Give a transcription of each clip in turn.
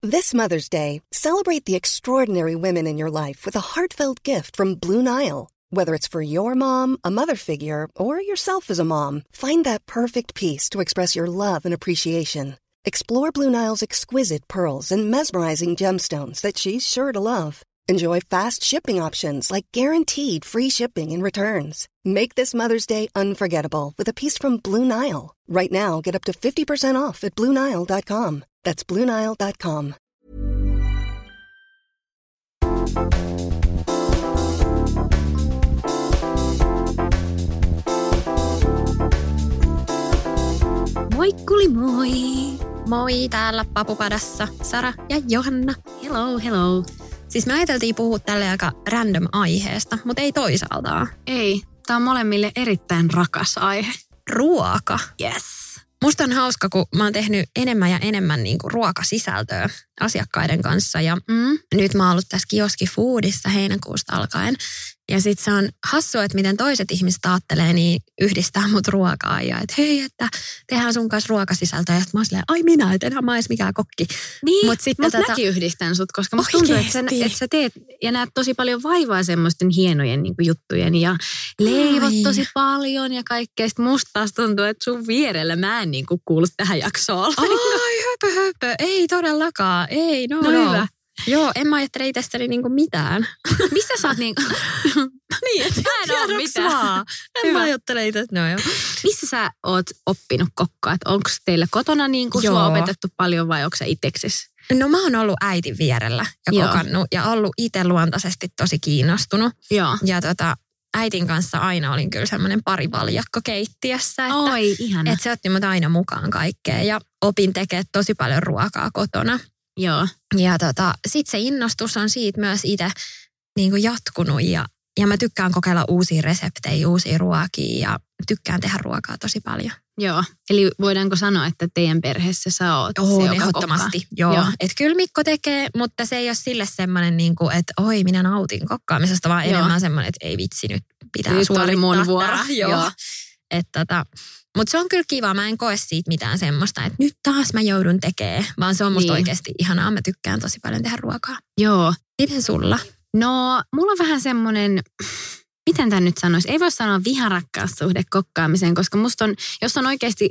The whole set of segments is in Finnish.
This Mother's Day, celebrate the extraordinary women in your life with a heartfelt gift from Blue Nile. Whether it's for your mom, a mother figure, or yourself as a mom, find that perfect piece to express your love and appreciation. Explore Blue Nile's exquisite pearls and mesmerizing gemstones that she's sure to love. Enjoy fast shipping options like guaranteed free shipping and returns. Make this Mother's Day unforgettable with a piece from Blue Nile. Right now, get up to 50% off at BlueNile.com. That's BlueNile.com. Moikkuli moi! Moi, täällä Papupadassa Sara ja Johanna. Hello, hello. Siis me ajateltiin puhua tälle aika random aiheesta, mutta ei toisaaltaan. Ei, tää on molemmille erittäin rakas aihe. Ruoka. Yes. Musta on hauska, kun mä oon tehnyt enemmän ja enemmän niinku ruokasisältöä asiakkaiden kanssa. Ja nyt mä oon ollut tässä Kioski Foodissa heinäkuusta alkaen. Ja sit se on hassua, että miten toiset ihmiset ajattelee, niin yhdistää mut ruokaa. Ja että hei, että tehdään sun kanssa ruokasisältöä. Ja sit mä oon silleen, ai minä, et enhän mä ois mikään kokki. Niin, mutta mäkin yhdistän sut, koska musta tuntuu, että sä teet ja näet tosi paljon vaivaa semmoisten hienojen niin kuin juttujen. Ja leivot tosi paljon ja kaikkea. Sitten musta taas tuntuu, että sun vierellä mä en niin kuin kuulu tähän jaksoon. Ai, höpö. Ei todellakaan. Ei, no. Hyvä. Joo, en mä ajattele itsestäni niinku mitään. Missä sä oot niinku? Niin, että mä en oo mitään. En mä ajattele itsestäni, no joo. Missä sä oot oppinut kokkaa? Onko teillä kotona niinku sua opetettu paljon vai onko sä itseksesi? No mä oon ollut äitin vierellä ja kokannut ja ollut itse luontaisesti tosi kiinnostunut. Joo. Ja äitin kanssa aina olin kyllä semmoinen parivaljakko keittiössä. Että, oi, ihana. Että se otti mut aina mukaan kaikkeen ja opin tekemään tosi paljon ruokaa kotona. Joo. Ja sit se innostus on siitä myös itse niinku jatkunut ja mä tykkään kokeilla uusia reseptejä, uusia ruokia ja tykkään tehdä ruokaa tosi paljon. Joo, eli voidaanko sanoa, että teidän perheessä sä oot se, joka ehdottomasti, kokkaa? Joo. Että kyllä Mikko tekee, mutta se ei ole sille semmoinen, niinku, että oi minä nautin kokkaamisesta, vaan enemmän semmoinen, että ei vitsi nyt pitää nyt suorittaa. mun vuoro. Joo. Mutta se on kyllä kiva, mä en koe siitä mitään semmoista, että nyt taas mä joudun tekemään, vaan se on musta oikeasti ihanaa, mä tykkään tosi paljon tehdä ruokaa. Joo. Miten sulla? No, mulla on vähän semmoinen, miten tämän nyt sanoisi, ei voi sanoa viharakkaussuhde kokkaamiseen, koska musta on, jos on oikeasti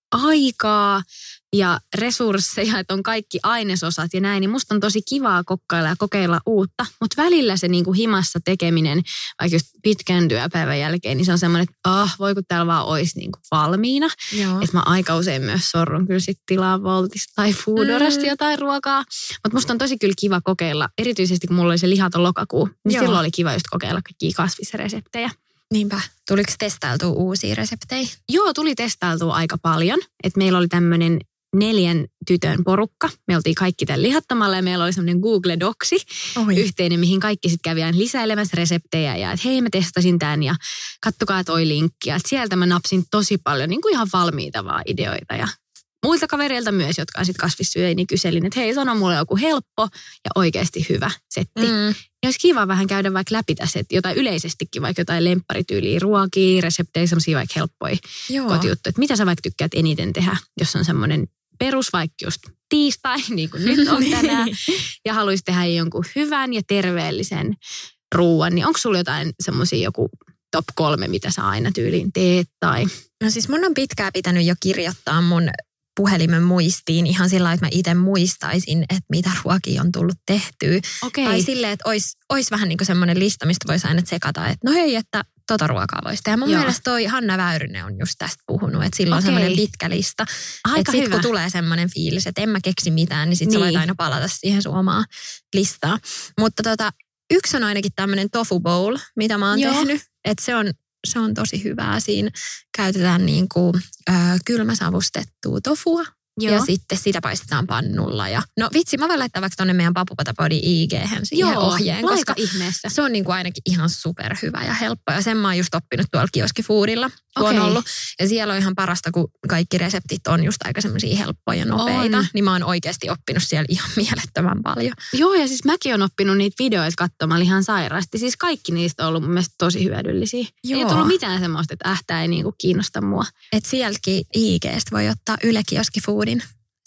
aikaa ja resursseja, että on kaikki ainesosat ja näin, niin musta on tosi kivaa kokkailla ja kokeilla uutta. Mutta välillä se niinku himassa tekeminen, vaikka just pitkän työpäivän jälkeen, niin se on semmoinen, että voi kun täällä vaan olisi niinku valmiina. Että mä aika usein myös sorrun kyllä sit tilaa Voltista tai Foodorasta jotain ruokaa. Mutta musta on tosi kyllä kiva kokeilla, erityisesti kun mulla oli se lihaton lokakuu, niin silloin oli kiva just kokeilla kaikkia kasvisreseptejä. Niinpä. Tuliko testailtua uusia reseptejä? Joo, tuli testailtua aika paljon. Että meillä oli tämmöinen 4 tytön porukka. Me oltiin kaikki tämän lihattomalla ja meillä oli semmoinen Google Docs yhteinen, mihin kaikki sitten kävi aina lisäilemässä reseptejä. Ja että hei, mä testasin tämän ja kattokaa toi linkki. Ja sieltä mä napsin tosi paljon niin kuin ihan valmiita vaan ideoita. Ja muilta kavereilta myös, jotka on sitten kasvissyöjä, niin kyselin, että hei, sano mulle joku helppo ja oikeasti hyvä setti. Ja olisi kiva vähän käydä vaikka läpi tässä, että jotain yleisestikin, vaikka jotain lempparityyliä, ruokia, reseptejä, semmoisia vaikka helppoja kotijuttuja. Että mitä sä vaikka tykkäät eniten tehdä, jos on semmoinen perus, vaikka just tiistai, niin kuin nyt on tänään, ja haluaisi tehdä jonkun hyvän ja terveellisen ruuan, niin onko sulla jotain semmoisia joku top 3, mitä sä aina tyyliin teet tai? No siis mun on pitkään pitänyt jo kirjoittaa mun puhelimen muistiin ihan sillä lailla, että mä itse muistaisin, että mitä ruokia on tullut tehtyä. Okay. Tai silleen, että olisi vähän niin kuin semmoinen lista, mistä voisi aina tsekata, että no hei, että tota ruokaa voisi tehdä. Mun mielestä toi Hanna Väyrynen on just tästä puhunut, että sillä on semmoinen pitkä lista. Että sit kun tulee semmoinen fiilis, että en mä keksi mitään, niin sit sä voit aina palata siihen sun omaa listaa. Mutta yksi on ainakin tämmöinen tofu bowl, mitä mä oon tehnyt. Että se on tosi hyvää. Siinä käytetään niin kuin kylmäsavustettua tofua. Joo. Ja sitten sitä paistetaan pannulla. Ja no vitsi, mä voin laittaa vaikka tonne meidän Papupatapodin IG-hän siihen ohjeen. Koska ihmeessä. Se on niin kuin ainakin ihan superhyvä ja helppo. Ja sen mä oon just oppinut tuolla Kioski Foodilla, kun on ollut. Ja siellä on ihan parasta, kun kaikki reseptit on just aika semmoisia helppoja ja nopeita. Niin mä oon oikeasti oppinut siellä ihan mielettömän paljon. Joo, ja siis mäkin oon oppinut niitä videoita katsomaan ihan sairaasti. Siis kaikki niistä on ollut mun mielestä tosi hyödyllisiä. Joo. Ei tullut mitään semmoista, että ei niinku kiinnosta mua. Että sieltäkin IG:stä voi ottaa Yle Kioski Foodin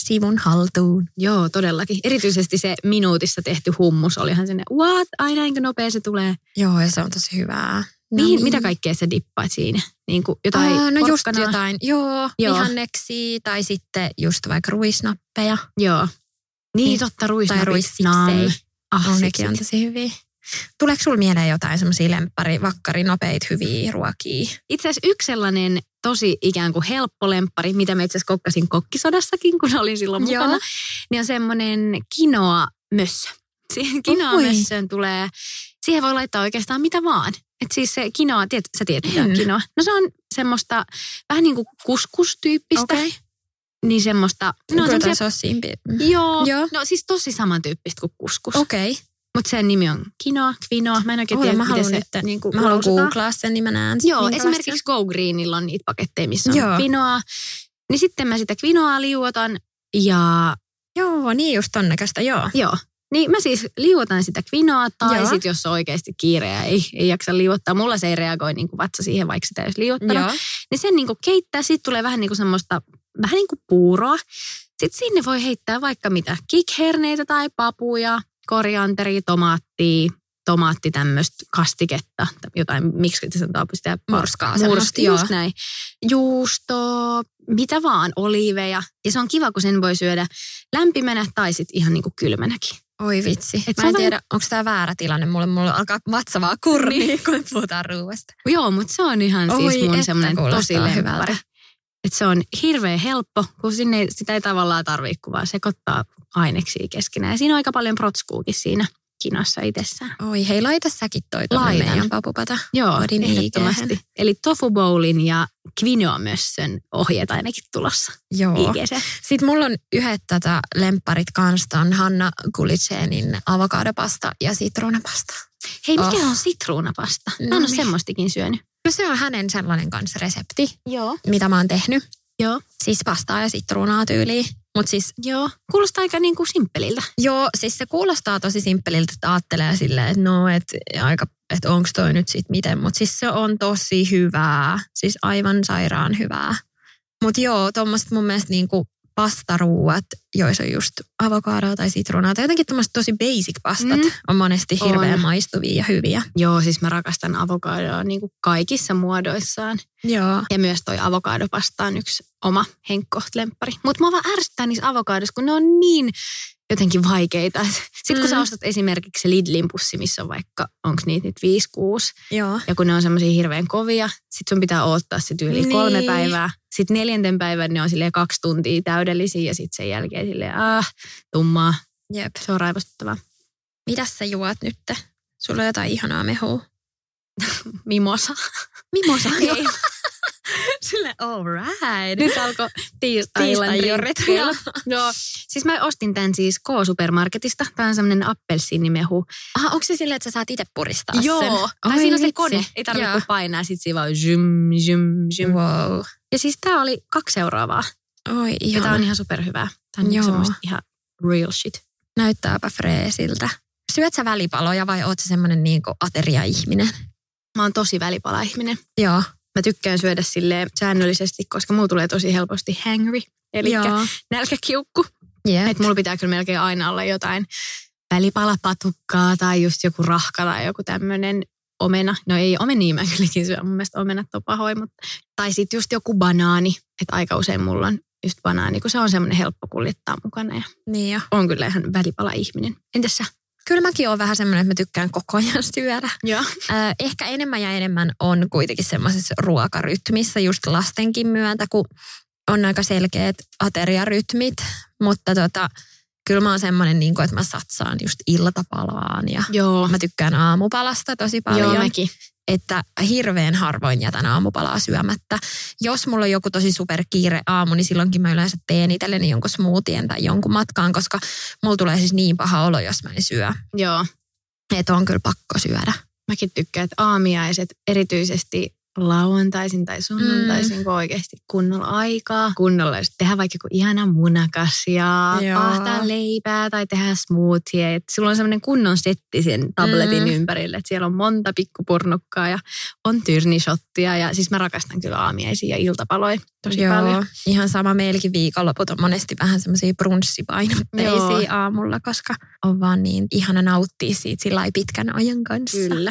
sivun haltuun. Joo, todellakin. Erityisesti se minuutissa tehty hummus olihan sinne, what? Ai näinkö nopea se tulee? Joo, ja se on tosi hyvää. Mitä kaikkea sä dippaat siinä? Niin kuin jotain no just porkkanaa? jotain, vihanneksia tai sitten just vaikka ruisnappeja. Joo. Niin totta, ruisnapit. Tai ruissipsei. Nekin on tosi hyviä. Tuleeko sulla mieleen jotain semmoisia vakkari, nopeita, hyviä ruokia? Itse asiassa yksi sellainen tosi ikään kuin helppo lemppari, mitä mä itse asiassa kokkasin kokkisodassakin, kun olin silloin mukana, niin on semmoinen quinoa-mössö. Siihen quinoa-mössöön tulee, siihen voi laittaa oikeastaan mitä vaan. Että siis se quinoa, sä tiedät mitä quinoa. No se on semmoista vähän niin kuin kuskus-tyyppistä. Okay. Niin semmoista. No sossiimpi. Joo. No siis tosi samantyyppistä kuin kuskus. Okei. Okay. Mutta sen nimi on quinoa. Mä en oikein tiedä, miten se niinku mä haluan googlaa sen, niin mä näen. Joo, esimerkiksi Go Greenilla on niitä paketteja, missä on quinoa. Niin sitten mä sitä quinoaa liuotan ja... Joo, niin just ton näköistä, joo. Joo. Niin mä siis liuotan sitä quinoaa tai sitten jos on oikeasti kiire ja ei jaksa liuottaa. Mulla se ei reagoi niin kuin vatsa siihen, vaikka sitä ei olisi liuottanut. Niin sen niin kuin keittää, sitten tulee vähän niin kuin semmoista, vähän niin kuin puuroa. Sitten sinne voi heittää vaikka mitä, kikherneitä tai papuja, korianteria, tomaatti tämmöistä kastiketta, jotain, miksi se sanotaan, sitä murskaa. Just näin. Juustoa, mitä vaan, oliiveja. Ja se on kiva, kun sen voi syödä lämpimänä tai sitten ihan niin kuin kylmänäkin. Oi vitsi. Mä en tiedä, onko tämä väärä tilanne. Mulla alkaa vatsa vaan kurnia, kun puhutaan ruuasta. Joo, mutta se on ihan siis mun semmoinen tosi lemppari. Että se on hirveän helppo, kun sitä ei tavallaan tarvitse, kun vaan sekoittaa aineksia keskenään. Ja siinä on aika paljon protskuukin siinä quinoassa itsessään. Oi hei, laita säkin toi tuonne meidän papupata. Joo, ehdottomasti. Eli tofu bowlin ja quinoa-mössön ohjeet ainakin tulossa. Joo. Sitten mulla on yhdet lempparit kanssa, on Hanna Kulicenin avokadopasta ja sitruunapasta. Hei, mikä on sitruunapasta? Mä en ole semmoistakin syönyt. No se on hänen sellainen kanssa resepti, mitä mä oon tehnyt. Joo. Siis pastaa ja sitruunaa tyyliin. Mut siis, kuulostaa aika niin kuin simppeliltä. Joo, siis se kuulostaa tosi simppeliltä, että ajattelee silleen, että no, että onko toi nyt sit miten. Mutta siis se on tosi hyvää, siis aivan sairaan hyvää. Mutta joo, tommoset mun mielestä niinku pastaruuat, joissa on just avokadoa tai sitruunaa. Tai jotenkin tommoset tosi basic pastat on monesti hirveän maistuvia ja hyviä. Joo, siis mä rakastan avokadoa niinku kaikissa muodoissaan. Joo. Ja myös toi avokadopasta on yksi oma henkkoht-lemppari. Mutta mua vaan ärsyttää niissä avokadoissa, kun ne on niin jotenkin vaikeita. Sitten kun sä ostat esimerkiksi se Lidlin pussi, missä on vaikka, onko niitä nyt 5-6. Joo. Ja kun ne on semmoisia hirveän kovia, sit sun pitää odottaa se tyyli 3 päivää. Sitten 4. päivän ne on silleen 2 tuntia täydellisiä ja sitten sen jälkeen silleen tummaa. Jep. Se on raivostuttavaa. Mitäs sä juot nyt? Sulla on jotain ihanaa mehua. Mimosa. Mimosa, joo. Silleen, all right. Nyt alkoi tiistai-jorrit. Joo. Siis mä ostin tämän siis K-supermarketista. Tämä on semmoinen appelsiinimehu. Onko se silleen, että sä saat itse puristaa sen? Joo. Tai siinä on se kone. Ei tarvitse kuin painaa. Sitten siinä vaan zym. Wow. Ja siis tää oli 2 euroa vaan. Oi, ihana. Ja tää on ihan superhyvää. Tää on semmoista ihan real shit. Näyttääpä freesiltä. Syöt sä välipaloja vai oot sä semmoinen niinku ateria-ihminen? Mä oon tosi välipala-ihminen. Joo. Mä tykkään syödä silleen säännöllisesti, koska mulla tulee tosi helposti hangry, eli nälkäkiukku. Yeah. Että mulla pitää kyllä melkein aina olla jotain välipalapatukkaa tai just joku rahka tai joku tämmöinen omena. No ei omenia, mä kylläkin syön. Mun mielestä omenat on pahoin, mutta... Tai sitten just joku banaani. Että aika usein mulla on just banaani, kun se on semmoinen helppo kuljettaa mukana. Ja niin jo. On kyllä ihan välipala-ihminen. Entäs sä? Kyllä mäkin olen vähän semmoinen, että mä tykkään koko ajan syödä. Joo. Ehkä enemmän ja enemmän on kuitenkin semmoisessa ruokarytmissä just lastenkin myötä, kun on aika selkeät ateriarytmit. Mutta kyllä mä oon semmoinen, että mä satsaan just iltapalaan ja mä tykkään aamupalasta tosi paljon. Joo, mäkin. Että hirveän harvoin jätän aamupalaa syömättä. Jos mulla on joku tosi superkiire aamu, niin silloinkin mä yleensä teen itselleni jonkun smoothien tai jonkun matkaan, koska mulla tulee siis niin paha olo, jos mä en syö. Joo. Että on kyllä pakko syödä. Mäkin tykkään, että aamiaiset erityisesti lauantaisin tai sunnuntaisin, kun oikeasti kunnolla aikaa. Kunnolla jos tehdä vaikka joku ihana munakas ja paahtaa leipää tai tehdä smoothie. Sulla on semmoinen kunnon setti sen tabletin ympärille, että siellä on monta pikkupurnukkaa ja on tyrnishottia. Ja siis mä rakastan kyllä aamiaisia ja iltapaloja tosi paljon. Ihan sama. Meilläkin viikonloput on monesti vähän semmoisia brunssipainotteisia aamulla, koska on vaan niin ihana nauttia siitä sillai pitkän ajan kanssa. Kyllä.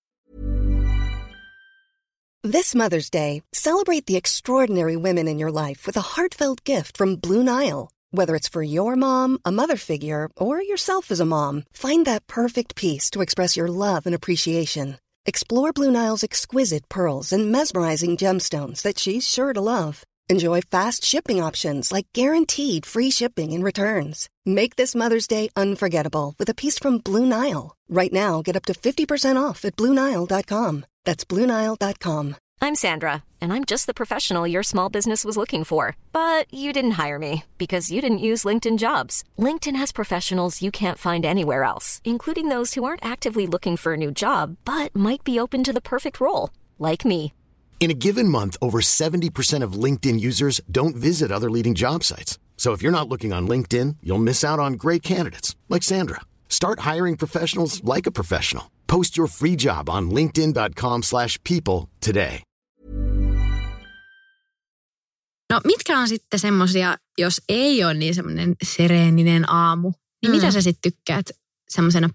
This Mother's Day, celebrate the extraordinary women in your life with a heartfelt gift from Blue Nile. Whether it's for your mom, a mother figure, or yourself as a mom, find that perfect piece to express your love and appreciation. Explore Blue Nile's exquisite pearls and mesmerizing gemstones that she's sure to love. Enjoy fast shipping options like guaranteed free shipping and returns. Make this Mother's Day unforgettable with a piece from Blue Nile. Right now, get up to 50% off at BlueNile.com. That's BlueNile.com. I'm Sandra, and I'm just the professional your small business was looking for. But you didn't hire me because you didn't use LinkedIn Jobs. LinkedIn has professionals you can't find anywhere else, including those who aren't actively looking for a new job, but might be open to the perfect role, like me. In a given month, over 70% of LinkedIn users don't visit other leading job sites. So if you're not looking on LinkedIn, you'll miss out on great candidates like Sandra. Start hiring professionals like a professional. Post your free job on linkedin.com/people today. No mitkä on sitten semmoisia, jos ei ole niin semmoinen sereeninen aamu, niin mitä sä sitten tykkäät semmoisena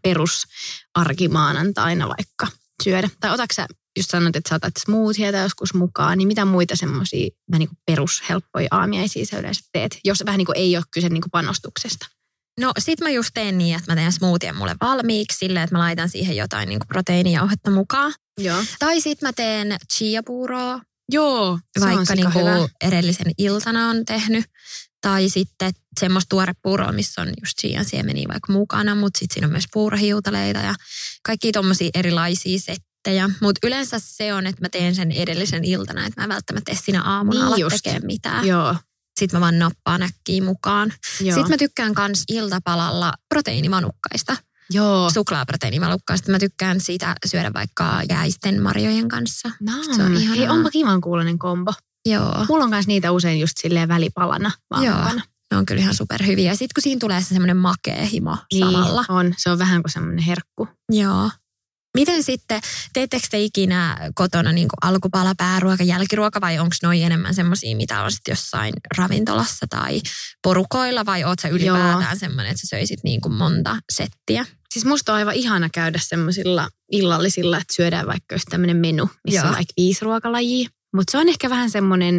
perusarkimaanantaina vaikka syödä? Tai otatko sä, just sanot, että sä otat smoothieita joskus mukaan, niin mitä muita semmoisia vähän niin kuin perushelppoja aamiaisia sä yleensä teet, jos vähän niin kuin ei ole kyse niin kuin panostuksesta? No sit mä just teen niin, että mä teen smoothien mulle valmiiksi silleen, että mä laitan siihen jotain niin kuin proteiinijauhetta mukaan. Joo. Tai sit mä teen chia-puuroa. Joo, se vaikka on niin kuin hyvä. edellisen iltana on tehnyt. Tai sitten semmoista tuorepuuroa, missä on just chian siemeniä vaikka mukana, mutta sitten siinä on myös puurohiutaleita ja kaikkia tommosia erilaisia settejä. Mutta yleensä se on, että mä teen sen edellisen iltana, että mä en välttämättä tee siinä aamuna ala tekemään mitään. Joo. Sitten mä vaan nappaan äkkiä mukaan. Joo. Sitten mä tykkään kans iltapalalla proteiinimanukkaista. Joo. Suklaaproteiinimanukkaista. Mä tykkään siitä syödä vaikka jäisten marjojen kanssa. Se on ihanaa. Hei, onpa kivan kuuloinen kombo. Joo. Mulla on myös niitä usein just silleen välipalana vaan mukana. Ne on kyllä ihan superhyviä. Ja sitten kun siinä tulee se semmoinen makea himo samalla. On. Se on vähän kuin semmoinen herkku. Joo. Miten sitten, teettekö te ikinä kotona niin kuin alkupala, pääruoka, jälkiruoka vai onko noi enemmän semmoisia, mitä on sitten jossain ravintolassa tai porukoilla vai oot sä ylipäätään semmoinen, että sä söisit niin kuin monta settiä? Siis musta on aivan ihana käydä semmoisilla illallisilla, että syödään vaikka just tämmöinen menu, missä on vaikka 5 ruokalajia. Mutta se on ehkä vähän semmoinen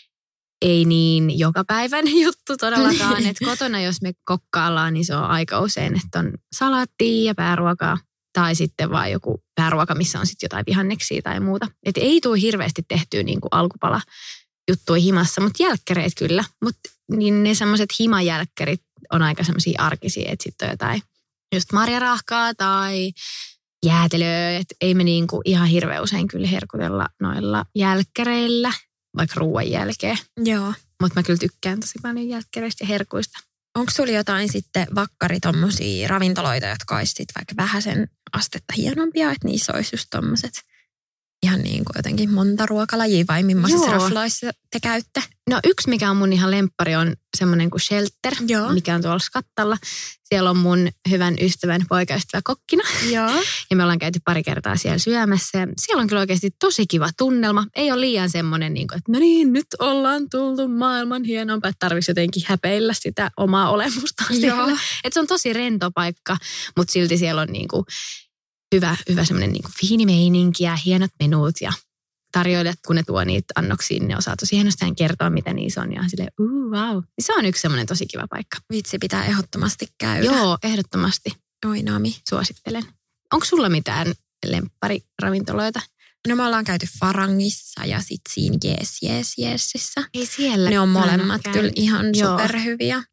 ei niin jokapäiväinen juttu todellakaan, että kotona jos me kokkaillaan, niin se on aika usein, että on salaattia ja pääruokaa. Tai sitten vaan joku pääruoka, missä on sitten jotain vihanneksia tai muuta. Että ei tule hirveästi tehtyä niin kuin alkupala juttuja himassa, mutta jälkkäreet kyllä. Mutta niin ne semmoiset himajälkkärit on aika semmoisia arkisia, että sitten on jotain just marjarahkaa tai jäätelöä. Että ei me niin kuin ihan hirveän usein kyllä herkutella noilla jälkkäreillä, vaikka ruoan jälkeen. Joo. Mutta mä kyllä tykkään tosi paljon jälkkäreistä ja herkuista. Onko sulla jotain sitten vakkari tommosia ravintoloita, jotka olisi sitten vaikka vähäsen astetta hienompia, että niissä olisi just tommoset ihan niin kuin jotenkin monta ruokalajia vai millaisissa rafloissa te käytte? No yksi, mikä on mun ihan lemppari, on semmoinen kuin Shelter, mikä on tuolla Skattalla. Siellä on mun hyvän ystävän poikaystävä kokkina. Joo. Ja me ollaan käyty pari kertaa siellä syömässä. Ja siellä on kyllä oikeasti tosi kiva tunnelma. Ei ole liian semmoinen, että no niin, nyt ollaan tultu maailman hienompaa, että tarvitsisi jotenkin häpeillä sitä omaa olemustaan siellä. Että se on tosi rento paikka, mutta silti siellä on niin kuin hyvä semmoinen niin kuin fiini meininki ja hienot menut ja tarjoilijat, kun ne tuo niitä annoksia, niin ne osaa tosi hienosti kertoa, mitä niissä on. Ja silleen, wow. Se on yksi semmoinen tosi kiva paikka. Vitsi, pitää ehdottomasti käydä. Joo, ehdottomasti. Oi nami. Suosittelen. Onko sulla mitään lemppariravintoloita? No me ollaan käyty Farangissa ja sitten siinä Jeesissä. Ei siellä. Ne on molemmat kyllä ihan superhyviä.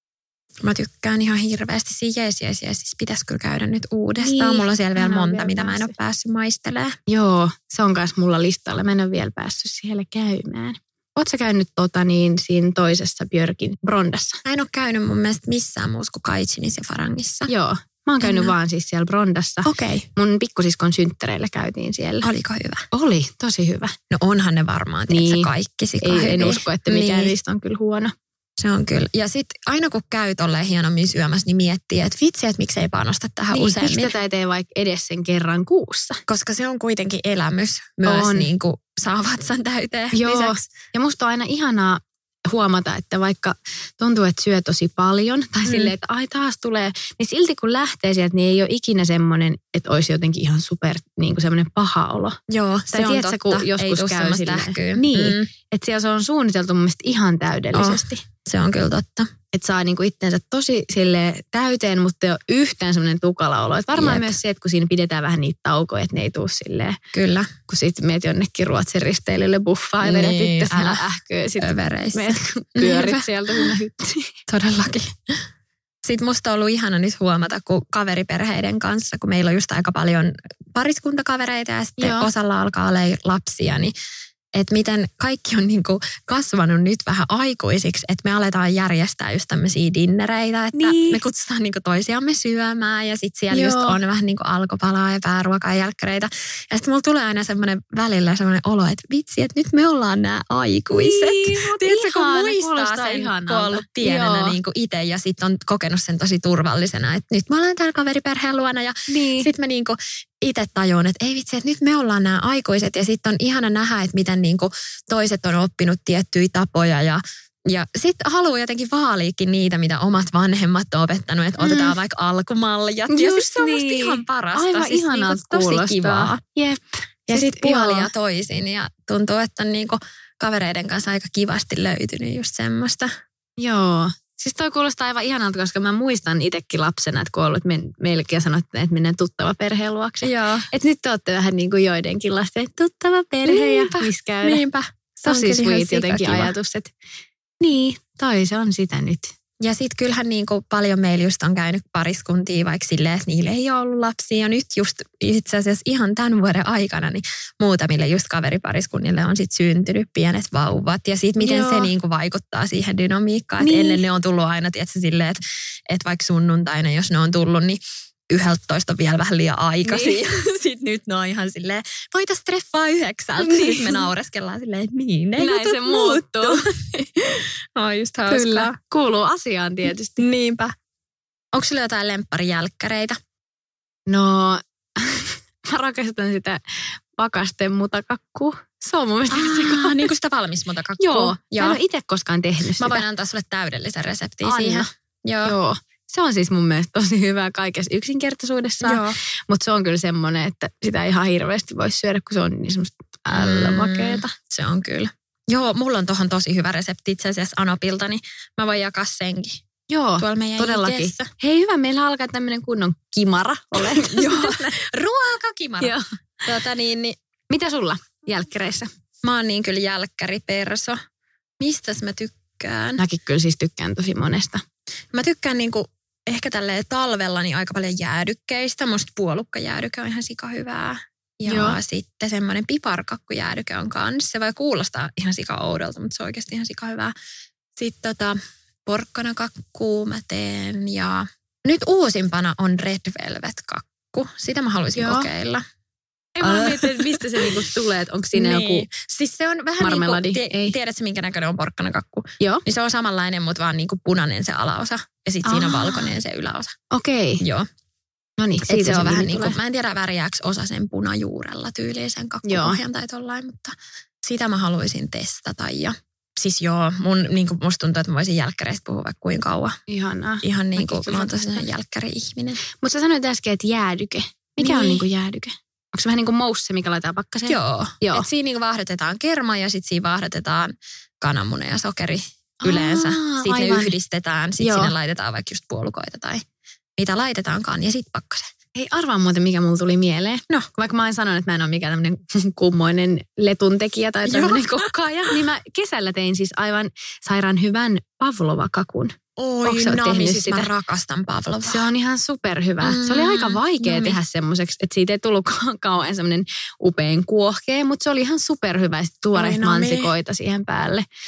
Mä tykkään ihan hirveästi siinä Jeesissä. Pitäisi kyllä käydä nyt uudestaan. Niin, mulla on siellä vielä monta, mitä mä en ole päässyt maistelemaan. Joo, se on myös mulla listalla. Mä en ole vielä päässyt siellä käymään. Ootko sä käynyt siinä toisessa Björkin Brondassa? Mä en ole käynyt mun mielestä missään muussa kuin Kaitsinissa ja Farangissa. Joo, Mä oon käynyt vaan siis siellä Brondassa. Okei. Mun pikkusiskon synttäreillä käytiin siellä. Oliko hyvä? Oli, tosi hyvä. No onhan ne varmaan, tiedätkö, kaikki sikahyviä. En usko, että mikään niistä on kyllä huono. Se on kyllä. Ja sitten aina kun käy tolleen hienommin syömässä, niin miettii, että vitsi, että miksei panosta tähän useammin. Miksi tätä ei tee vaikka edes sen kerran kuussa? Koska se on kuitenkin elämys myös niin kuin saa vatsan täyteen lisäksi. Ja musta on aina ihanaa huomata, että vaikka tuntuu, että syö tosi paljon, tai silleen, että ai taas tulee, niin silti kun lähtee sieltä, niin ei ole ikinä semmoinen, että olisi jotenkin ihan super niin kuin semmoinen paha olo. Joo, tai se on tiedätkö, totta. kun joskus ei käy silleen. Niin, että siellä se on suunniteltu mun mielestä ihan täydellisesti. Se on kyllä totta. Että saa niinku itsensä tosi silleen täyteen, mutta ei ole yhtään semmoinen tukala olo. Et varmaan myös se, että kun siinä pidetään vähän niitä taukoja, että ne ei tule silleen. Kyllä. Kun sitten meet jonnekin Ruotsin risteilylle buffaa ja vedät itse siellä ähköä. Sitten meet pyörit sieltä sinne hyttiin. Todellakin. Sitten musta on ollut ihana nyt huomata, kun kaveriperheiden kanssa, kun meillä on just aika paljon pariskuntakavereita ja sitten osalla alkaa olla lapsia, niin että miten kaikki on niinku kasvanut nyt vähän aikuisiksi, että me aletaan järjestää just tämmöisiä dinnereitä, että me kutsutaan niinku toisiamme syömään ja sitten siellä just on vähän niinku alkopalaa ja pääruokaa ja jälkkäreitä. Ja sitten mulla tulee aina semmoinen välillä semmoinen olo, että vitsi, että nyt me ollaan nämä aikuiset. Tiedätkö, kun muistaa sen, kun on ollut pienenä niinku itse ja sitten on kokenut sen tosi turvallisena, että nyt me ollaan täällä kaveriperheen luona ja sitten me niinku itse tajun, että ei vitsi, että nyt me ollaan nämä aikuiset ja sitten on ihana nähdä, että miten niinku toiset on oppinut tiettyjä tapoja ja sitten haluaa jotenkin vaaliikin niitä, mitä omat vanhemmat on opettanut, että otetaan vaikka alkumalljat. Ja sitten se on musta ihan parasta. Aivan siis ihanaa niinku tosi kivaa. Jep. Ja sitten puolia toisin ja tuntuu, että on niinku kavereiden kanssa aika kivasti löytynyt just semmoista. Joo. Siis toi kuulostaa aivan ihanalta, koska mä muistan itsekin lapsena, että kun ollut meillekin sanottiin, että mennään tuttava perheen luokse. Joo. Että nyt te olette vähän niin kuin joidenkin lasten tuttava perhe ja missä käydä. Niinpä. Tosi sweet jotenkin ajatus, että toi se on sitä nyt. Ja sitten kyllähän niin kuin paljon meillä just on käynyt pariskuntia vaikka silleen, että niillä ei ole ollut lapsia. Ja nyt just itse asiassa ihan tämän vuoden aikana niin muutamille just kaveripariskunnille on sitten syntynyt pienet vauvat. Ja sitten miten se niin kuin vaikuttaa siihen dynamiikkaan. Että ennen ne on tullut aina tietysti silleen, että vaikka sunnuntaina, jos ne on tullut, niin 11 on vielä vähän liian aikaisin. Niin. Sitten nyt ne on ihan silleen, voitaisiin treffaa 9. Niin. Sitten me naureskellaan silleen, että niin. Näin se muuttuu. No just hauskaa. Kyllä, kuuluu asiaan tietysti. Niinpä. Onko sulla jotain lempparijälkkäreitä? No, mä rakastan sitä pakasten mutakakkua. Se on mun mielestä niin kuin sitä valmis mutakakkua. Joo. Mä en ole itse koskaan tehnyt sitä. Mä voin antaa sulle täydellisen reseptin siihen. Joo. Se on siis mun mielestä tosi hyvää kaikessa yksinkertaisuudessaan, mutta se on kyllä semmoinen, että sitä ei ihan hirveästi voi syödä, kun se on niin semmoista ällömakeeta. Se on kyllä. Joo, mulla on tohon tosi hyvä resepti itse asiassa Anopilta, niin mä voin jakaa senkin. Joo, todellakin. IG:ssä. Hei hyvä, meillä alkaa tämmöinen kunnon kimara ole. Joo, ruokakimara. Joo. Mitä sulla jälkkäreissä? Mä oon niin kyllä jälkkäriperso. Mistäs mä tykkään? Mäkin kyllä siis tykkään tosi monesta. Mä tykkään niinku ehkä tälleen talvella niin aika paljon jäädykkeistä. Musta puolukkajäädyke on ihan sika hyvää. Ja sitten semmoinen piparkakkujäädyke on kanssa. Se voi kuulostaa ihan sika oudolta, mutta se on oikeasti ihan sika hyvää. Sitten porkkanakakkuu mä teen ja nyt uusimpana on Red Velvet-kakku. Sitä mä haluaisin kokeilla. Ei mä mietin, että mistä se niinku tulee, että onko siinä joku siis se on vähän marmeladi. Tiedätkö minkä näköinen on porkkanakakku? Joo. Niin se on samanlainen, mutta vaan niinku punainen se alaosa ja sitten siinä on valkoinen se yläosa. Okei. Joo. No niin, siitä se on vähän niin kuin, mä en tiedä väriääkö osa sen punajuurella tyyliin sen kakkupohjan tai tollain, mutta sitä mä haluaisin testata. Ja siis musta tuntuu, että mä voisin jälkkäreistä puhua vaikka kuinka kauan. Ihanaa. Ihan niin kuin mä oon tosiaan jälkkäri-ihminen. Mutta sä sanoit äsken, että jäädyke. Mikä on niin kuin jäädyke? Onko se vähän niin kuin mousse, mikä laitetaan pakkaseen? Joo. Et siinä niin vaahdotetaan kerma ja sitten siinä vaahdotetaan kananmuna ja sokeri yleensä. Sitten ne yhdistetään, sitten sinne laitetaan vaikka just puolukoita tai mitä laitetaankaan ja sitten pakkaseen. Ei arvaa muuten, mikä mulla tuli mieleen. No, vaikka mä en sanonut, että mä en ole mikään tämmöinen kummoinen letuntekijä tai tämmöinen kokkaaja, niin mä kesällä tein siis aivan sairaan hyvän pavlova-kakun. Oi, siis mä rakastan pavlovaa. Se on ihan superhyvä. Se oli aika vaikea tehdä semmoiseksi, että siitä ei tullut kauan semmoinen upean kuohkea, mutta se oli ihan superhyvä. Sitten tuoreet mansikoita siihen päälle.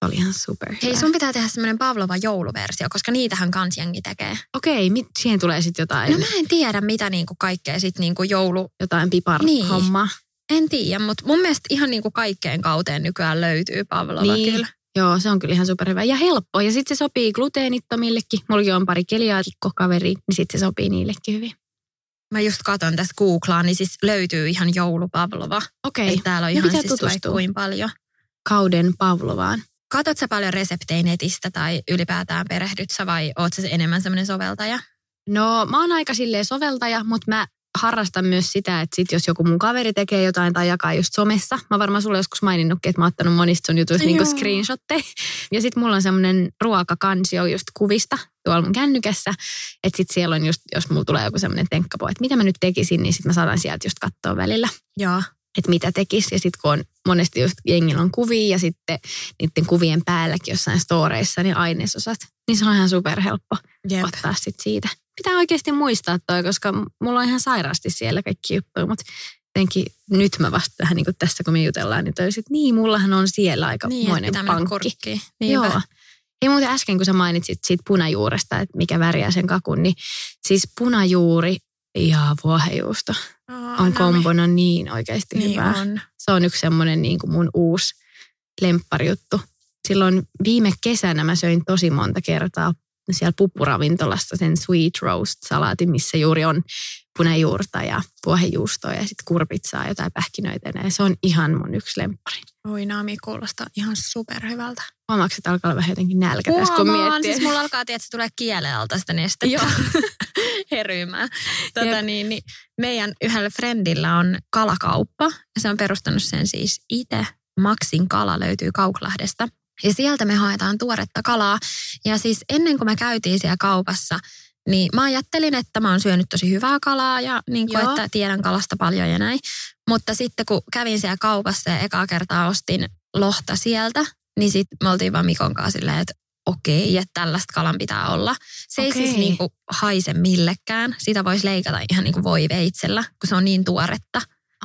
Se oli ihan superhyvä. Hei, sun pitää tehdä semmoinen Pavlova jouluversio, koska niitähän kans jengi tekee. Okei, siihen tulee sitten jotain. No mä en tiedä, mitä niinku kaikkea sitten niinku joulu... Jotain pipar-hommaa. Niin. En tiedä, mutta mun mielestä ihan niinku kaikkeen kauteen nykyään löytyy Pavlova kyllä. Joo, se on kyllä ihan superhyvä ja helppo. Ja sitten se sopii gluteenittomillekin. Mullakin on pari keliaakikko-kaveri, niin sitten se sopii niillekin hyvin. Mä just katon tässä Googlaan, niin siis löytyy ihan joulupavlova. Okei. Että täällä on ihan siis vaikka kuin paljon. Kauden Pavlovaan. Katot sä paljon reseptejä netistä tai ylipäätään perehdyt sä vai oot sä enemmän semmoinen soveltaja? No mä oon aika silleen soveltaja, mutta mä harrastan myös sitä, että sit jos joku mun kaveri tekee jotain tai jakaa just somessa. Mä varmaan sulle joskus maininnutkin, että mä oon ottanut monista sun jutuista niinku screenshotteja. Ja sit mulla on semmoinen ruokakansio just kuvista tuolla mun kännykässä. Että sit siellä on just, jos mulla tulee joku semmoinen tenkkapo, että mitä mä nyt tekisin, niin sit mä saadaan sieltä just katsoa välillä. Joo. Että mitä tekisi. Ja sitten kun on monesti just jengillä on kuvia ja sitten niiden kuvien päälläkin jossain storeissa niin ainesosat, niin se on ihan superhelppo ottaa sitten siitä. Pitää oikeasti muistaa toi, koska mulla on ihan sairaasti siellä kaikki juttuja, mutta jotenkin nyt mä vasta vähän niin kuin tässä kun me jutellaan, niin toi sit, niin mullahan on siellä aikamoinen pankki. Joo. Ja muuten äsken kun sä mainitsit siitä punajuuresta, että mikä väriää sen kakun, niin siis punajuuri ja vuohenjuusto on kombona niin oikeasti niin hyvää. On. Se on yksi semmoinen niin kuin mun uusi lempparijuttu. Silloin viime kesänä mä söin tosi monta kertaa siellä puppuravintolassa sen sweet roast salaatin, missä juuri on punajuurta ja vuohenjuustoa ja sitten kurpitsaa jotain pähkinöitä. Ja se on ihan mun yksi lemppari. Oi Naami, kuulostaa ihan superhyvältä. Huomaatko, että alkaa olla vähän jotenkin nälkä tässä, kun miettii. Siis mulla alkaa tietysti tulee kielen alta sitä nestettä. Joo. Herymään. Niin, meidän yhdellä friendillä on kalakauppa ja se on perustanut sen siis itse. Maxin kala löytyy Kauklahdesta. Ja sieltä me haetaan tuoretta kalaa. Ja siis ennen kuin me käytiin siellä kaupassa, niin mä ajattelin, että mä oon syönyt tosi hyvää kalaa ja niin kuin, että tiedän kalasta paljon ja näin. Mutta sitten kun kävin siellä kaupassa ja ekaa kertaa ostin lohta sieltä, niin sitten me oltiin vaan Mikon kanssa silleen, että okei, että tällaista kalan pitää olla. Se ei siis niin kuin haise millekään. Sitä voisi leikata ihan niin kuin voiveitsellä, kun se on niin tuoretta.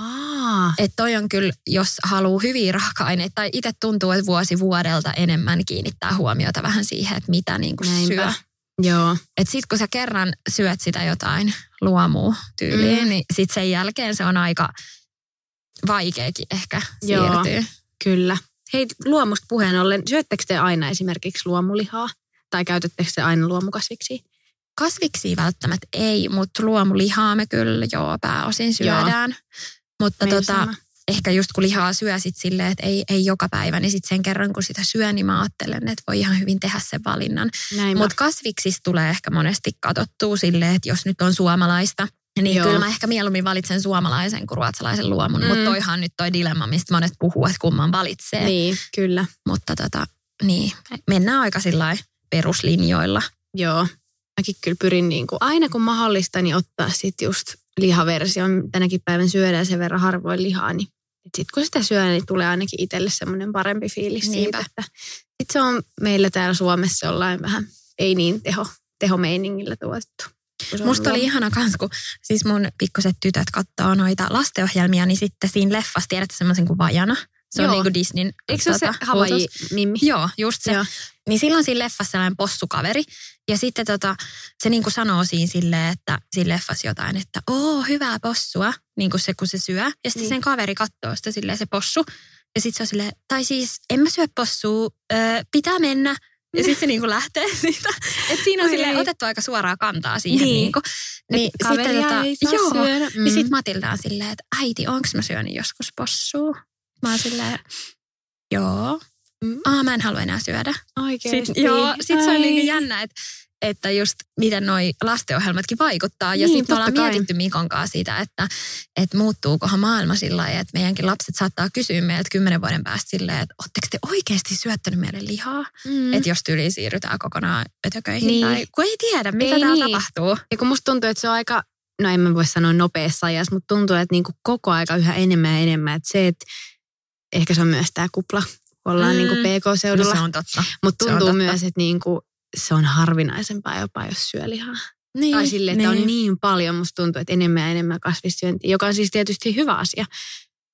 Että toi on kyllä, jos haluaa hyviä raaka-aineita, tai itse tuntuu, että vuosi vuodelta enemmän kiinnittää huomiota vähän siihen, että mitä niin kuin syö. Joo. Että sit kun sä kerran syöt sitä jotain luomua tyyliin, niin sit sen jälkeen se on aika vaikeakin ehkä siirtyä. Joo, kyllä. Hei, luomusta puheen ollen, syöttekö te aina esimerkiksi luomulihaa? Tai käytättekö te aina luomukasviksia? Kasviksia välttämättä ei, mutta luomulihaa me kyllä pääosin syödään. Mutta ehkä just kun lihaa syö sit silleen, että ei joka päivä, niin sitten sen kerran kun sitä syö, niin mä ajattelen, että voi ihan hyvin tehdä sen valinnan. Mutta kasviksista tulee ehkä monesti katsottua silleen, että jos nyt on suomalaista, niin kyllä mä ehkä mieluummin valitsen suomalaisen kuin ruotsalaisen luomun. Mutta toihan nyt toi dilemma, mistä monet puhuu, että kumman valitsee. Niin, kyllä. Mutta niin, mennään aika sillain peruslinjoilla. Joo, mäkin kyllä pyrin niin kuin, aina kun mahdollista, niin ottaa sitten just lihaversion. Tänäkin päivän syödään sen verran harvoin lihaa, niin sitten kun sitä syö, niin tulee ainakin itselle semmoinen parempi fiilis siitä, että sitten se on meillä täällä Suomessa jollain vähän, ei niin tehomeiningillä tuotettu. Musta oli ihana kans, kun siis mun pikkuset tytöt katsoo noita lastenohjelmia, niin sitten siinä leffassa tiedätte semmoisen kuin Vajana. Se on niin kuin Disneyn. Eikö se ole se Hawaii-mimmi? Joo, just se. Joo. Niin silloin siinä leffassa sellainen possukaveri. Ja sitten se niin kuin sanoo siinä silleen, että siinä leffassa jotain, että hyvää possua, niin kuin se kun se syö. Ja sitten sen kaveri katsoo sitä silleen se possu. Ja sitten se on silleen, tai siis en mä syö possua, pitää mennä. Ja sitten se niin kuin lähtee siitä. Että siinä on silleen otettu aika suoraa kantaa siihen. Niin kaveria ei saa syödä. Niin sitten Matilda on silleen, että äiti, onko mä syönyt joskus possua? Mä oon silleen, joo. Mä en halua enää syödä. Oikeesti. Sitten se on niin jännä, että just miten noi lastenohjelmatkin vaikuttaa. Ja sitten me ollaan mietitty Mikon kanssa siitä, että muuttuukohan maailma sillä lailla, että meidänkin lapset saattaa kysyä meiltä 10 vuoden päästä silleen, että ootteko te oikeasti syöttänyt meille lihaa? Että jos tyyliin siirrytään kokonaan ötököihin tai kun ei tiedä, mitä täällä tapahtuu. Ja kun musta tuntuu, että se on aika, no en mä voi sanoa nopeassa ajassa, mutta tuntuu, että niinku koko aika yhä enemmän ja enemmän. Että se, että ehkä se on myös tämä kupla, kun ollaan niinku PK-seudulla. No se on totta. Mutta tuntuu myös, että niinku se on harvinaisempaa jopa, jos syö lihaa. Niin, tai silleen, että on niin paljon, musta tuntuu, että enemmän ja enemmän kasvissyöntiä, joka on siis tietysti hyvä asia.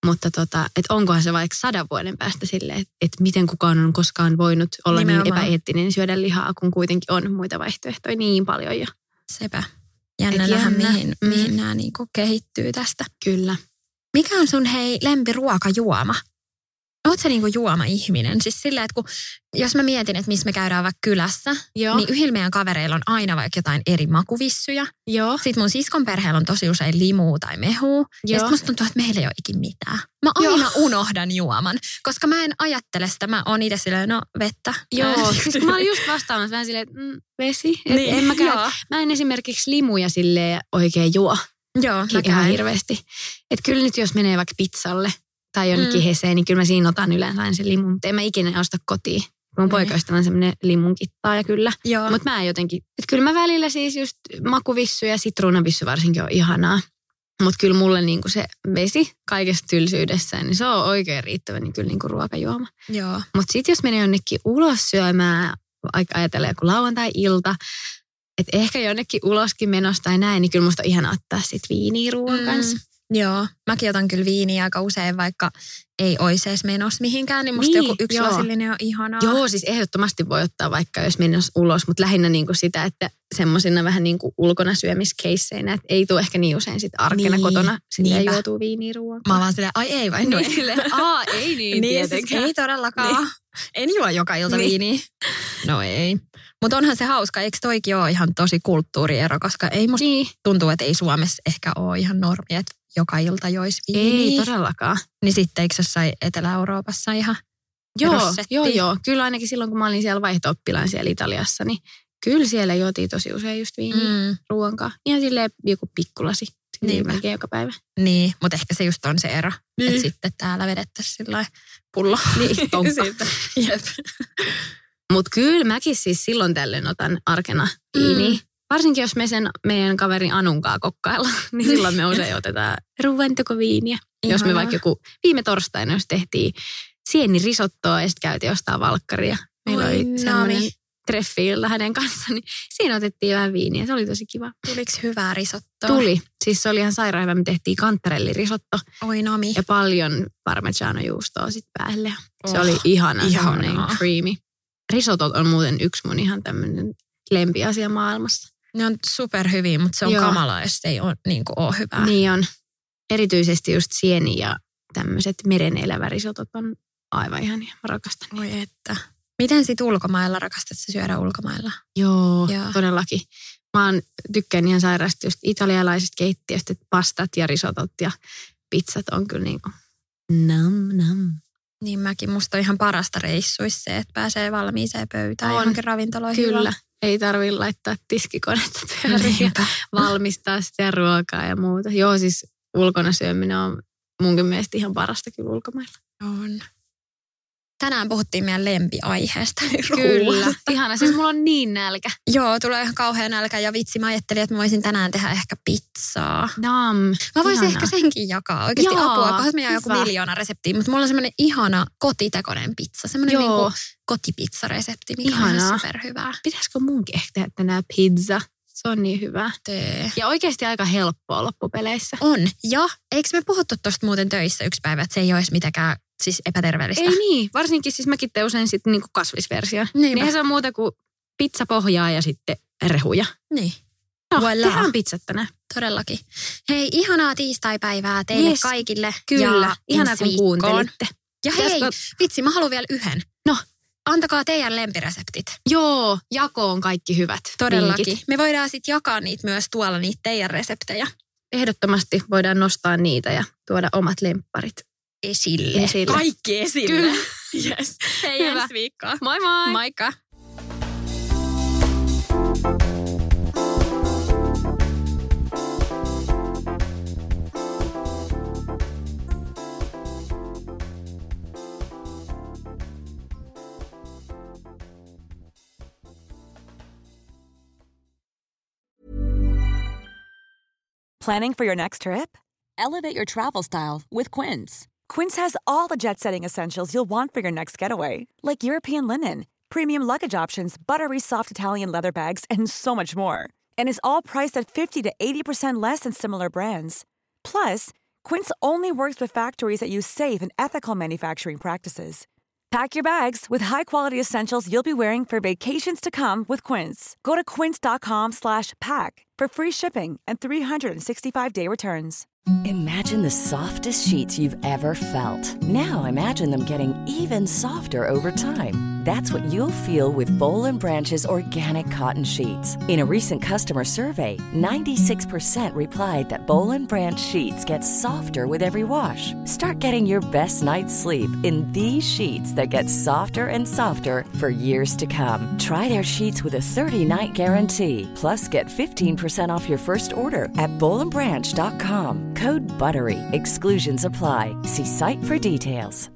Mutta että onkohan se vaikka 100 vuoden päästä silleen, että miten kukaan on koskaan voinut olla niin epäeettinen syödä lihaa, kun kuitenkin on muita vaihtoehtoja niin paljon jo. Sepä. Jännä nähdä, mihin nämä niinku kehittyy tästä. Kyllä. Mikä on sun lempiruokajuoma? Oot sä niinku juoma-ihminen? Siis silleen, että jos mä mietin, että missä me käydään vaikka kylässä, niin yhdellä meidän kavereilla on aina vaikka jotain eri makuvissuja. Joo. Sitten mun siskon perheellä on tosi usein limua tai mehua. Ja sitten musta tuntuu, että meillä ei ole ikin mitään. Mä aina unohdan juoman, koska mä en ajattele sitä. Mä oon itse silleen, vettä. Joo, siis mä olin just vastaamassa vähän silleen, että vesi. Niin, mä en esimerkiksi limuja silleen oikein juo. Joo, ihan hirveästi. Että kyllä nyt jos menee vaikka pizzalle tai jonnekin heseen, niin kyllä mä siinä otan yleensä aina sen limun. Mutta en mä ikinä osta kotiin. Mun poikaystävä on semmoinen limunkittaaja kyllä. Mutta mä jotenkin, että kyllä mä välillä siis just makuvissu ja sitruunavissu varsinkin on ihanaa. Mutta kyllä mulle niinku se vesi kaikessa tylsyydessään, niin se on oikein riittävä niin kyllä niinku ruokajuoma. Mutta sitten jos menee jonnekin ulos syömään, aika ajatella joku lauantai-ilta, että ehkä jonnekin uloskin menossa tai näin, niin kyllä musta on ihana ottaa sit viiniä ruoan kanssa. Joo, mäkin otan kyllä viiniä aika usein, vaikka ei olisi edes menossa mihinkään, niin musta joku yksi lasillinen on ihanaa. Joo, siis ehdottomasti voi ottaa vaikka jos menossa ulos, mutta lähinnä niinku sitä, että semmosina vähän niinku ulkona syömiskeisseinä, että ei tule ehkä niin usein sit arkena kotona silleen juotuu viiniä ruoan. Mä vaan silleen, ai ei vai? Niin silleen, ei niin tietenkään. Siis ei todellakaan. Niin. En juo joka ilta viiniä. No ei. Mutta onhan se hauska, eikö toikin ole ihan tosi kulttuuriero, koska ei musta tuntuu, että ei Suomessa ehkä ole ihan normi, että joka ilta joisi viiniä. Ei todellakaan. Niin sitten eikö jossain Etelä-Euroopassa ihan Joo. Kyllä ainakin silloin, kun mä olin siellä vaihto-oppilaan siellä Italiassa, niin kyllä siellä juotiin tosi usein just viiniä ruoankaan. Ihan silleen joku pikkulasi. Niin melkein joka päivä. Niin, mutta ehkä se just on se ero. Että sitten täällä vedettäisiin sillä pullo. Niin, tomppa. Jep. Mutta kyllä mäkin siis silloin tällöin otan arkena viiniä. Varsinkin jos me sen meidän kaverin Anunkaa kokkaillaan, niin silloin me usein otetaan ruoantekoviiniä. Jos me vaikka joku viime torstaina, jos tehtiin sienirisottoa ja sitten käytiin ostaa valkkaria. Meillä oli sellainen treffi-ilta hänen kanssaan, niin siinä otettiin vähän viiniä. Se oli tosi kiva. Tuliko hyvää risottoa? Tuli. Siis se oli ihan sairaan hyvä. Me tehtiin kantarellirisotto. Oi nami. Ja paljon parmigiano-juustoa sitten päälle. Se oli ihana, semmoinen creamy. Risotot on muuten yksi mun ihan tämmöinen lempiasia maailmassa. Ne on superhyviä, mutta se on kamalaa, jos ei ole, ole hyvää. Niin on. Erityisesti just sieni ja tämmöiset merenelävärisotot on aivan ihania. Mä rakastan. Oi että. Miten sit ulkomailla rakastat sä syödä ulkomailla? Joo, todellakin. Tykkään ihan sairaasti just italialaisista keittiöistä, että pastat ja risotot ja pizzat on kyllä niinku nam. Niin mäkin, musta on ihan parasta reissuissa se, että pääsee valmiiseen pöytään johonkin ravintoloihin. Kyllä, ei tarvitse laittaa tiskikonetta pyöriin ja valmistaa sitä ruokaa ja muuta. Joo, siis ulkona syöminen on munkin mielestä ihan parasta kyllä ulkomailla. On. Tänään puhuttiin meidän lempiaiheesta. Kyllä, ihana. Siis mulla on niin nälkä. Joo, tulee ihan kauhean nälkä ja vitsi. Mä ajattelin, että mä voisin tänään tehdä ehkä pizzaa. Mä voisin ehkä senkin jakaa. Oikeasti apua, kohdassa meillä on joku 1,000,000 reseptiä. Mutta mulla on semmoinen ihana kotitekoinen pizza. Semmoinen niinku kotipizzaresepti, mikä on superhyvää. Pitäisikö munkin ehkä tehdä tänään pizza? Se on niin hyvä. Tee. Ja oikeasti aika helppoa loppupeleissä. On. Ja eikö me puhuttu tuosta muuten töissä yksi päivä, että se ei olisi mitenkään siis epäterveellistä? Ei niin. Varsinkin siis mäkin teen usein sitten niinku kasvisversio. Niinhän se on muuta kuin pizzapohjaa ja sitten rehuja. Niin. No, tehdään pizzat tänään. Todellakin. Hei, ihanaa tiistaipäivää teille kaikille. Kyllä. Ja ihanaa kun kuuntelitte. Ja hei, vitsi, mä haluan vielä yhden. No. Antakaa teidän lempireseptit. Joo, jakoon kaikki hyvät. Todellakin. Vinkit. Me voidaan sitten jakaa niitä myös tuolla, niitä teidän reseptejä. Ehdottomasti voidaan nostaa niitä ja tuoda omat lempparit esille. Kaikki esille. Kyllä. Yes. Hei, ensi viikkoa. Moi moi. Moikka. Planning for your next trip? Elevate your travel style with Quince. Quince has all the jet-setting essentials you'll want for your next getaway, like European linen, premium luggage options, buttery soft Italian leather bags, and so much more. And is all priced at 50 to 80% less than similar brands. Plus, Quince only works with factories that use safe and ethical manufacturing practices. Pack your bags with high-quality essentials you'll be wearing for vacations to come with Quince. Go to quince.com/pack for free shipping and 365-day returns. Imagine the softest sheets you've ever felt. Now imagine them getting even softer over time. That's what you'll feel with Boll & Branch's organic cotton sheets. In a recent customer survey, 96% replied that Boll & Branch sheets get softer with every wash. Start getting your best night's sleep in these sheets that get softer and softer for years to come. Try their sheets with a 30-night guarantee. Plus, get 15% off your first order at bollandbranch.com. Code BUTTERY. Exclusions apply. See site for details.